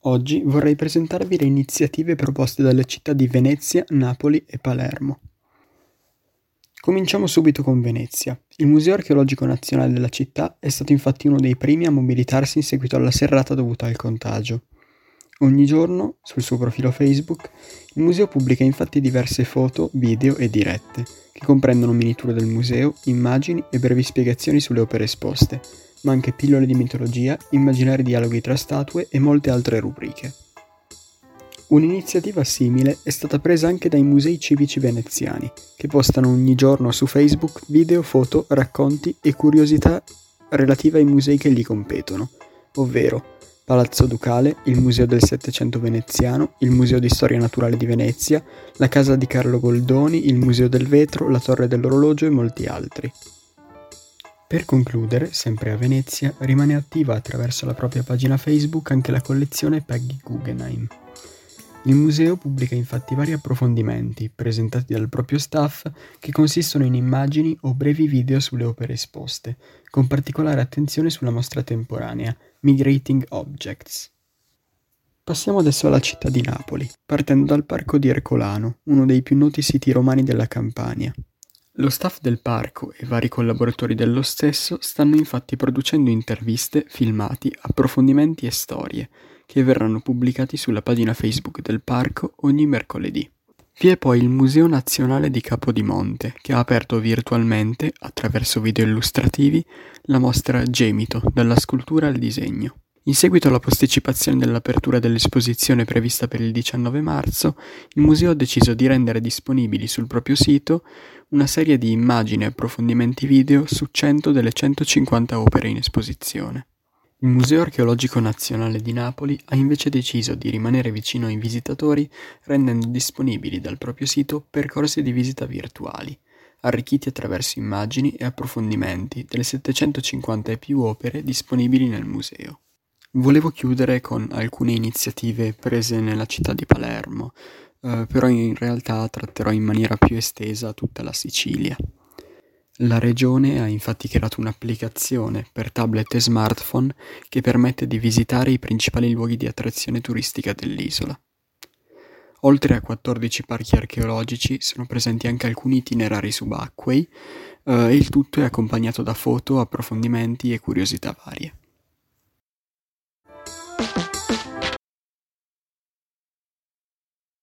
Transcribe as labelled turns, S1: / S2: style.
S1: Oggi vorrei presentarvi le iniziative proposte dalle città di Venezia, Napoli e Palermo. Cominciamo subito con Venezia. Il Museo Archeologico Nazionale della città è stato infatti uno dei primi a mobilitarsi in seguito alla serrata dovuta al contagio. Ogni giorno, sul suo profilo Facebook, il museo pubblica infatti diverse foto, video e dirette, che comprendono mini tour del museo, immagini e brevi spiegazioni sulle opere esposte, ma anche pillole di mitologia, immaginari dialoghi tra statue e molte altre rubriche. Un'iniziativa simile è stata presa anche dai musei civici veneziani, che postano ogni giorno su Facebook video, foto, racconti e curiosità relative ai musei che gli competono, ovvero Palazzo Ducale, il Museo del Settecento veneziano, il Museo di Storia Naturale di Venezia, la Casa di Carlo Goldoni, il Museo del Vetro, la Torre dell'Orologio e molti altri. Per concludere, sempre a Venezia, rimane attiva attraverso la propria pagina Facebook anche la collezione Peggy Guggenheim. Il museo pubblica infatti vari approfondimenti, presentati dal proprio staff, che consistono in immagini o brevi video sulle opere esposte, con particolare attenzione sulla mostra temporanea, Migrating Objects. Passiamo adesso alla città di Napoli, partendo dal parco di Ercolano, uno dei più noti siti romani della Campania. Lo staff del parco e vari collaboratori dello stesso stanno infatti producendo interviste, filmati, approfondimenti e storie, che verranno pubblicati sulla pagina Facebook del parco ogni mercoledì. Vi è poi il Museo Nazionale di Capodimonte, che ha aperto virtualmente, attraverso video illustrativi, la mostra Gemito, dalla scultura al disegno. In seguito alla posticipazione dell'apertura dell'esposizione prevista per il 19 marzo, il museo ha deciso di rendere disponibili sul proprio sito una serie di immagini e approfondimenti video su 100 delle 150 opere in esposizione. Il Museo Archeologico Nazionale di Napoli ha invece deciso di rimanere vicino ai visitatori rendendo disponibili dal proprio sito percorsi di visita virtuali, arricchiti attraverso immagini e approfondimenti delle 750 e più opere disponibili nel museo. Volevo chiudere con alcune iniziative prese nella città di Palermo, però in realtà tratterò in maniera più estesa tutta la Sicilia. La regione ha infatti creato un'applicazione per tablet e smartphone che permette di visitare i principali luoghi di attrazione turistica dell'isola. Oltre a 14 parchi archeologici sono presenti anche alcuni itinerari subacquei e il tutto è accompagnato da foto, approfondimenti e curiosità varie.